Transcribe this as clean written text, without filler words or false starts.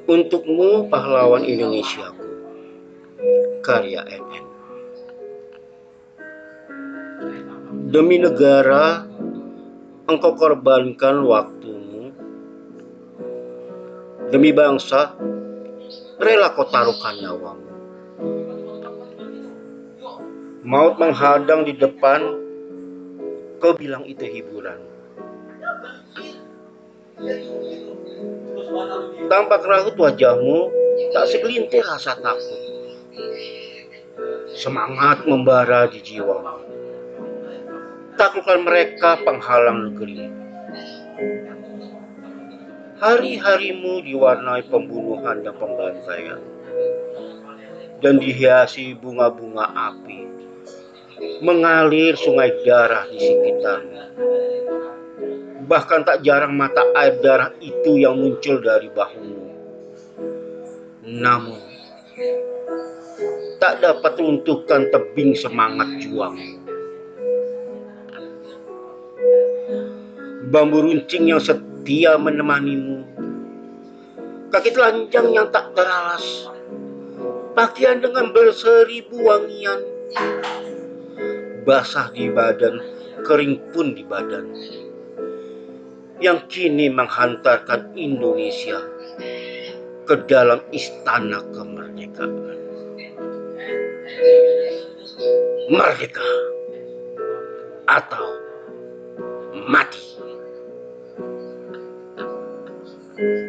Untukmu pahlawan Indonesiaku, karya NN. Demi negara, engkau korbankan waktumu. Demi bangsa, rela kau taruhkan nyawamu. Maut menghadang di depan, kau bilang itu hiburan. Tampak raut wajahmu, tak segelintir rasa takut. Semangat membara di jiwamu. Taklukkan mereka penghalang negeri. Hari-harimu diwarnai pembunuhan dan pembantaian, dan dihiasi bunga-bunga api, mengalir sungai darah di sekitarmu. Bahkan tak jarang mata air darah itu yang muncul dari bahumu. Namun, tak dapat runtuhkan tebing semangat juang. Bambu runcing yang setia menemanimu, kaki telanjang yang tak teralas, pakaian dengan berseribu wangian, basah di badan, kering pun di badan, yang kini menghantarkan Indonesia ke dalam istana kemerdekaan. Merdeka atau mati.